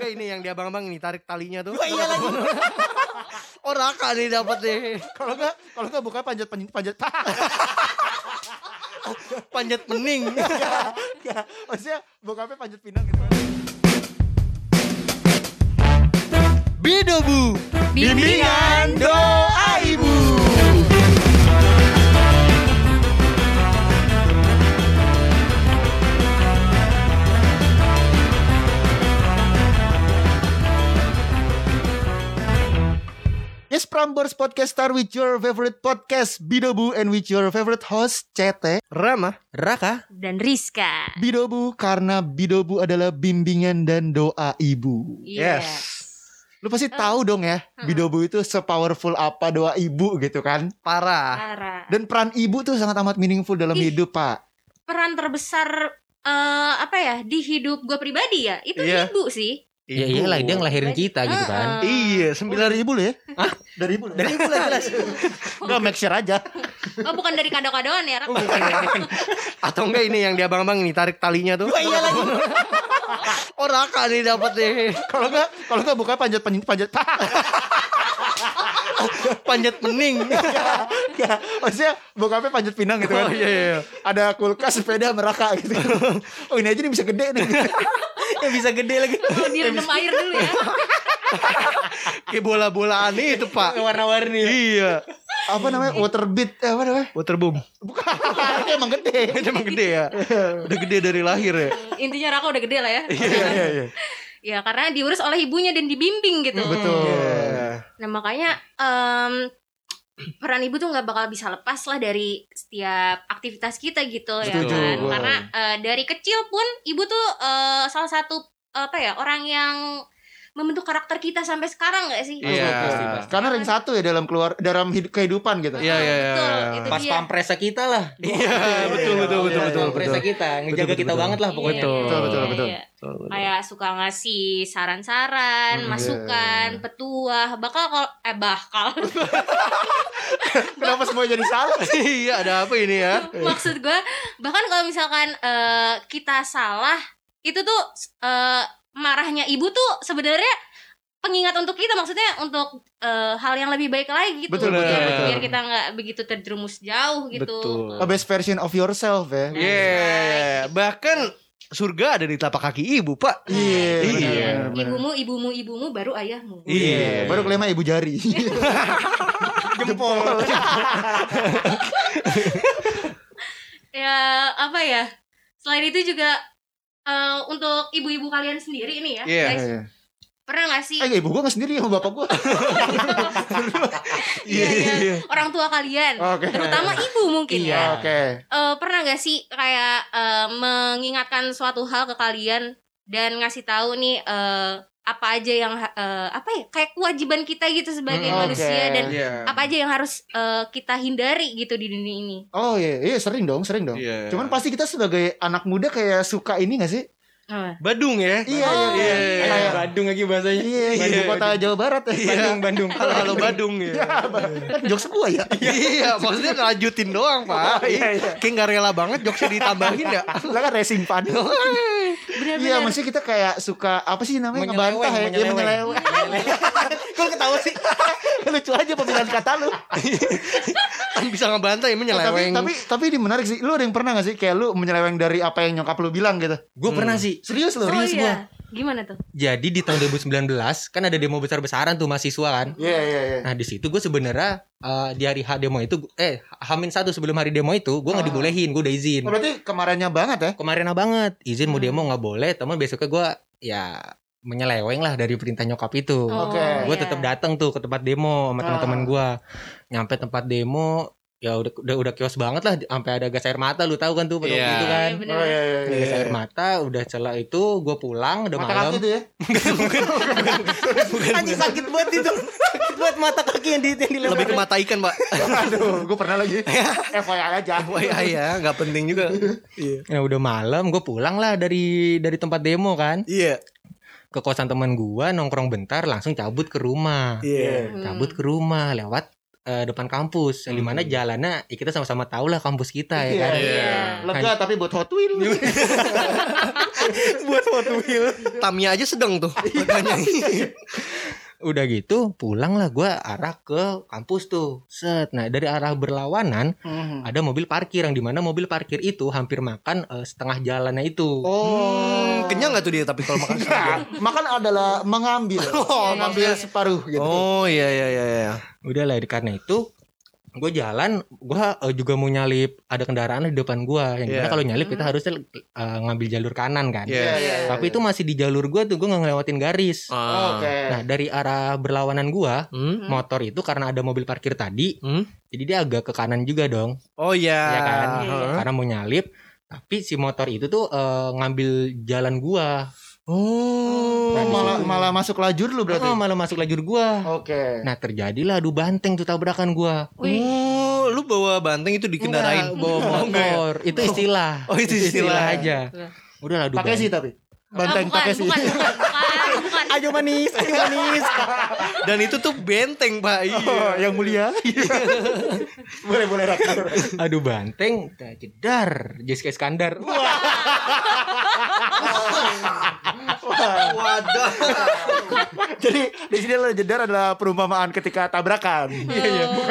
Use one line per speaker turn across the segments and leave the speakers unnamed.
enggak ini yang di abang-abang ini tarik talinya tuh?
Oh, iya lagi.
Oh Raka nih dapat deh.
Kalau enggak buka panjat
Panjat pening.
Enggak. Maksudnya bokapnya panjat pinang gitu.
Bidobu,
Bimbingan
doa ibu.
Yes, Prambors Podcast Star with your favorite podcast Bidobu and with your favorite host Cete.
Rama,
Raka.
Dan Rizka.
Bidobu karena Bidobu adalah bimbingan dan doa ibu.
Yes.
Lu pasti tahu dong ya, Bidobu itu sepowerful apa doa ibu gitu kan.
parah.
Parah.
Dan peran ibu tuh sangat amat meaningful dalam hidup, Pak.
Peran terbesar di hidup gue pribadi ya itu
Iya.
ibu sih.
Ya iyalah, dia ngelahirin kita gitu kan.
Iya,
9.000 lu ya? Hah? Dari ibu lu?
Dari ibu lah jelas.
Udah make sure aja.
Oh bukan dari kado-kadoan ya Rak?
Atau enggak ini yang di abang-abang ini tarik talinya tuh?
Oh, iya lagi.
Oh Raka nih dapat deh.
Kalau enggak buka panjat
Panjat pening.
Enggak. Maksudnya bokapnya panjat pinang gitu kan.
Oh iya.
Ada kulkas, sepeda, meraka gitu. Oh ini aja nih bisa gede nih.
Yang bisa gede lagi.
Oh, direndam air dulu ya.
Kayak bola-bolaan itu, Pak.
Warna-warni.
Iya.
Apa namanya? Waterbead. Apa namanya?
Waterboom.
Bukan. Itu emang gede.
Itu emang gede ya. Udah gede dari lahir ya.
Intinya Raka udah gede lah ya.
Iya.
Ya karena diurus oleh ibunya dan dibimbing gitu.
Betul.
Nah makanya peran ibu tuh nggak bakal bisa lepas lah dari setiap aktivitas kita gitu ya
Setuju,
kan.
gua.
Karena dari kecil pun ibu tuh salah satu orang yang membentuk karakter kita sampai sekarang nggak sih?
Iya.
Pasti.
Karena ring satu ya dalam kehidupan gitu.
Iya.
Betul, itu
Pas
dia.
pampresnya kita lah.
Iya, betul.
Pampresnya kita, ngejaga kita
betul.
banget lah pokoknya.
Betul.
Iya. Kayak suka ngasih saran-saran, masukan, petuah, bakal.
Kenapa semua jadi salah?
Iya, ada apa ini ya?
Maksud gue, bahkan kalau misalkan kita salah, itu tuh marahnya ibu tuh sebenarnya pengingat untuk kita, maksudnya untuk hal yang lebih baik lagi gitu.
Betul.
Biar kita nggak begitu terjerumus jauh gitu.
Betul.
A best version of yourself ya.
Iya. Bahkan surga ada di telapak kaki ibu, Pak.
Iya.
Ibumu baru ayahmu.
Iya.
Baru kelima ibu jari.
Jempol.
Ya apa ya? Selain itu juga untuk ibu-ibu kalian sendiri nih ya, guys. Pernah gak sih?
Ibu gua gak sendiri sama bapak gua.
Iya. Orang tua kalian,
Oke.
terutama ibu mungkin ya.
Oke.
Pernah gak sih kayak mengingatkan suatu hal ke kalian dan ngasih tahu nih apa aja yang kayak kewajiban kita gitu sebagai manusia dan apa aja yang harus kita hindari gitu di dunia ini.
Oh iya, sering dong.
Iya.
Cuman pasti kita sebagai anak muda kayak suka ini gak sih?
Badung ya.
Iya.
Kayak Bandung lagi bahasanya.
Iya, ibu kota Jawa Barat ya.
Bandung.
Halo Badung ya.
Kan jokes gua ya.
Iya, maksudnya ngelanjutin doang, Pak.
Iya.
Kayak gak rela banget jokesnya ditambahin ya.
Lah kan racing fan.
Benar-benar.
Iya, maksudnya kita kayak suka apa sih namanya, ngebantah ya. Iya, menyeleweng.
Kok ketawa sih?
Lucu aja pemilihan kata lu.
Kan bisa ngebantah ya menyeleweng.
Tapi ini menarik sih. Lu ada yang pernah gak sih kayak lu menyeleweng dari apa yang nyokap lu bilang gitu?
Gue pernah sih.
Serius lu?
Oh iya. Gimana tuh?
Jadi di tahun 2019 kan ada demo besar-besaran tuh mahasiswa kan.
Iya.
Nah di situ gue sebenarnya di hari H demo itu H-1 sebelum hari demo itu gue nggak dibolehin, gue udah izin.
Oh, berarti kemarinnya banget ya?
Kemarin banget izin mau demo nggak boleh, teman besoknya gue ya menyeleweng lah dari perintah nyokap itu.
Oke.
Gue tetap datang tuh ke tempat demo sama teman-teman gue. Nyampe tempat demo ya udah kios banget lah, sampai ada gas air mata, lu tahu kan tuh pada waktu itu kan.
Iya, bener.
Oh iya.
Gas air mata udah celah itu gue pulang udah
Mata
malam.
kaki tuh ya?
Bukan. Anjing sakit banget itu. Sakit banget mata kaki yang dilempar.
Lebih ke mata ikan, Pak.
Aduh, gue pernah lagi. FYI aja.
Wah ya, nggak penting juga. Iya.
Ya udah malam gue pulang lah dari tempat demo kan.
Iya.
Ke kosan teman gue nongkrong bentar langsung cabut ke rumah.
Iya.
Cabut ke rumah lewat depan kampus yang dimana jalannya ya kita sama-sama tahu lah kampus kita ya kan.
Lega tapi buat Hot Wheels.
Buat Hot Wheels.
Tamiya aja sedang tuh. Makanya.
Udah gitu pulang lah gue arah ke kampus tuh. Set. Nah dari arah berlawanan ada mobil parkir yang dimana mobil parkir itu hampir makan setengah jalannya itu.
Kenyang gak tuh dia tapi kalau makan setengah?
Makan adalah mengambil separuh gitu.
Oh iya.
Udahlah karena itu gue jalan, gue juga mau nyalip ada kendaraan di depan gue yang dimana kalau nyalip kita harusnya ngambil jalur kanan kan. Tapi itu masih di jalur gue tuh, gue nggak ngelewatin garis. Nah dari arah berlawanan gue motor itu karena ada mobil parkir tadi, jadi dia agak ke kanan juga dong.
Oh iya.
Ya kan, karena mau nyalip. Tapi si motor itu tuh ngambil jalan gue.
Malah masuk lajur lu berarti.
Malah masuk lajur gua. Nah terjadilah adu banteng tuh tabrakan gua.
Lu bawa banteng itu dikendarain?
Bawa motor. Itu istilah.
Oh itu istilah
aja. Udah adu
pakai sih tapi. Banteng pakai sih.
Bukan.
Ayo manis.
Dan itu tuh benteng Pak.
Yang mulia. boleh Raka.
Adu banteng, jedar Jessica Iskandar.
Wadah.
Jadi di sini adalah jedar adalah perumpamaan ketika tabrakan. Bukan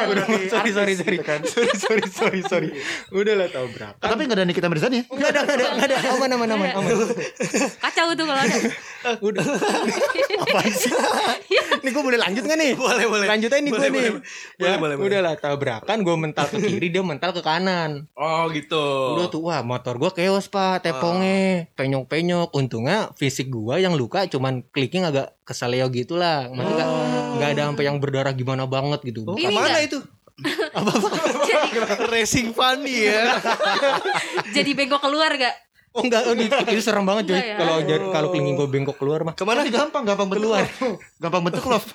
Sorry. Udahlah tabrakan.
Tapi enggak ada Nikita Mirzani ya?
Enggak ada. Aman.
Kacau tuh kalau ada.
Udah. Apaan sih? Nih gue boleh lanjut gak nih?
Boleh.
Lanjut aja nih gue nih.
Boleh.
Udahlah tabrakan, gue mental ke kiri, dia mental ke kanan.
Oh gitu.
Udah tuh, wah motor gue keos Pak, tepongnya penyok-penyok. Untungnya fisik gue yang luka cuman clicking agak kesaleo gitu lah. Maksudnya gak ada sampai yang berdarah gimana banget gitu.
Ini mana itu? Apa? Racing funny ya.
Jadi bengkok keluar gak?
Oh enggak, itu serem banget coy. Kalau kelingking gue bengkok keluar mah.
Kemana? Gampang bentuk keluar. Gampang bentuk love.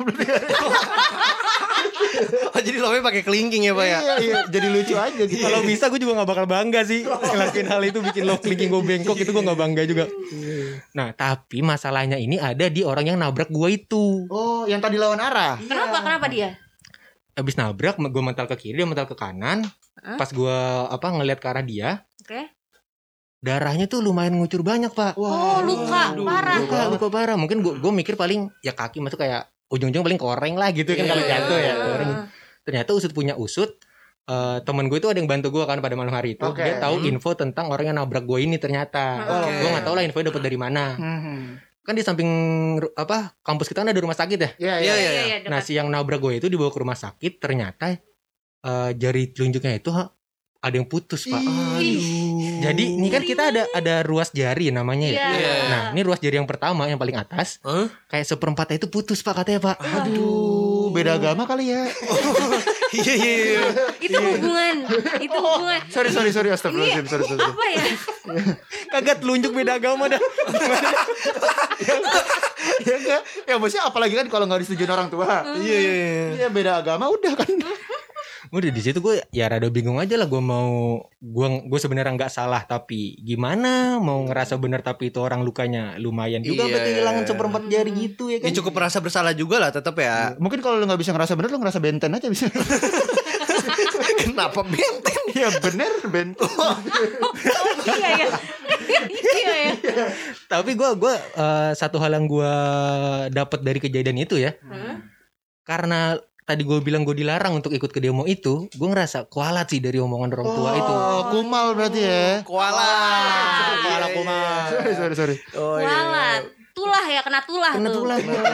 Oh jadi love pakai kelingking ya Pak ya?
Iya, jadi lucu aja gitu.
Kalau bisa gue juga gak bakal bangga sih ngelakuin hal itu, bikin love kelingking gue bengkok itu gue gak bangga juga. Nah tapi masalahnya ini ada di orang yang nabrak gue itu.
Oh yang tadi lawan arah.
Kenapa dia?
Abis nabrak gue mental ke kiri, dia mental ke kanan. Pas gue ngeliat ke arah dia, darahnya tuh lumayan ngucur banyak Pak.
Luka parah.
Mungkin gue mikir paling ya kaki masuk kayak ujung-ujung paling koreng lah gitu kan kalau jatuh ya. Ternyata usut punya usut. Temen gue itu ada yang bantu gue kan pada malam hari itu. Dia tahu info tentang orang yang nabrak gue ini ternyata. Gue nggak tahu lah infonya dapat dari mana. Kan di samping kampus kita kan ada rumah sakit ya.
Iya.
Nah si yang nabrak gue itu dibawa ke rumah sakit, ternyata jari telunjuknya itu ada yang putus Pak. Jadi ini kan kita ada ruas jari namanya ya. Nah ini ruas jari yang pertama yang paling atas, kayak seperempatnya itu putus Pak katanya Pak.
Aduh, beda agama kali ya.
Iya.
Itu hubungan.
Sorry astagfirullahaladzim. Sorry.
Apa ya?
Kagak telunjuk beda agama dah.
Ya enggak. Ya maksudnya apalagi kan kalau enggak disetujuin orang tua. Iya, beda agama udah kan.
Udah di situ gue ya rada bingung aja lah, gue sebenarnya nggak salah tapi gimana mau ngerasa benar tapi itu orang lukanya lumayan juga sampai kehilangan seperempat jari gitu ya kan.
Ya cukup merasa bersalah juga lah tetap ya.
Mungkin kalau lu nggak bisa ngerasa benar, lu ngerasa benten aja bisa.
Kenapa benten?
Ya bener benten.
Iya.
Tapi gue satu hal yang gue dapat dari kejadian itu ya, karena tadi gue bilang gue dilarang untuk ikut ke demo itu, gue ngerasa kualat sih dari omongan orang tua itu.
Kumal berarti ya.
Kualat.
Sorry.
Kualat. Tulah ya, kena tulah tuh.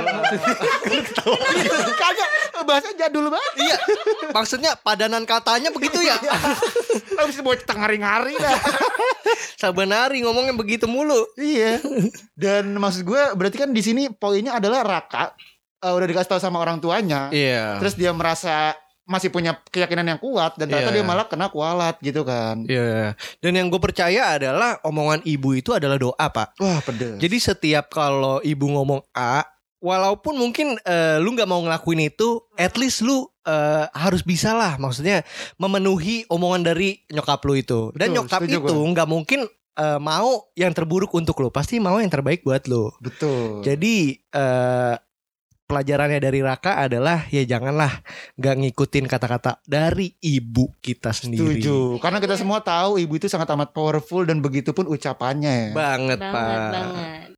Kagak, bahasa jadul banget.
Iya. Maksudnya padanan katanya begitu ya.
Habis buat tengari-ngari dah.
Sabanari ngomongnya begitu mulu.
Iya. Dan maksud gue berarti kan di sini poinnya adalah Raka udah dikasih tahu sama orang tuanya.
Iya.
Terus dia merasa masih punya keyakinan yang kuat dan ternyata dia malah kena kualat gitu kan.
Iya. Dan yang gue percaya adalah omongan ibu itu adalah doa, Pak.
Wah, pedes.
Jadi setiap kalau ibu ngomong A, walaupun mungkin lu nggak mau ngelakuin itu, at least lu harus bisa lah, maksudnya memenuhi omongan dari nyokap lu itu. Dan nyokap itu nggak mungkin mau yang terburuk untuk lu, pasti mau yang terbaik buat lu.
Betul.
Jadi pelajarannya dari Raka adalah ya janganlah gak ngikutin kata-kata dari ibu kita sendiri.
Setuju. Karena kita semua tahu ibu itu sangat amat powerful dan begitu pun ucapannya ya.
Banget Pak.
Banget.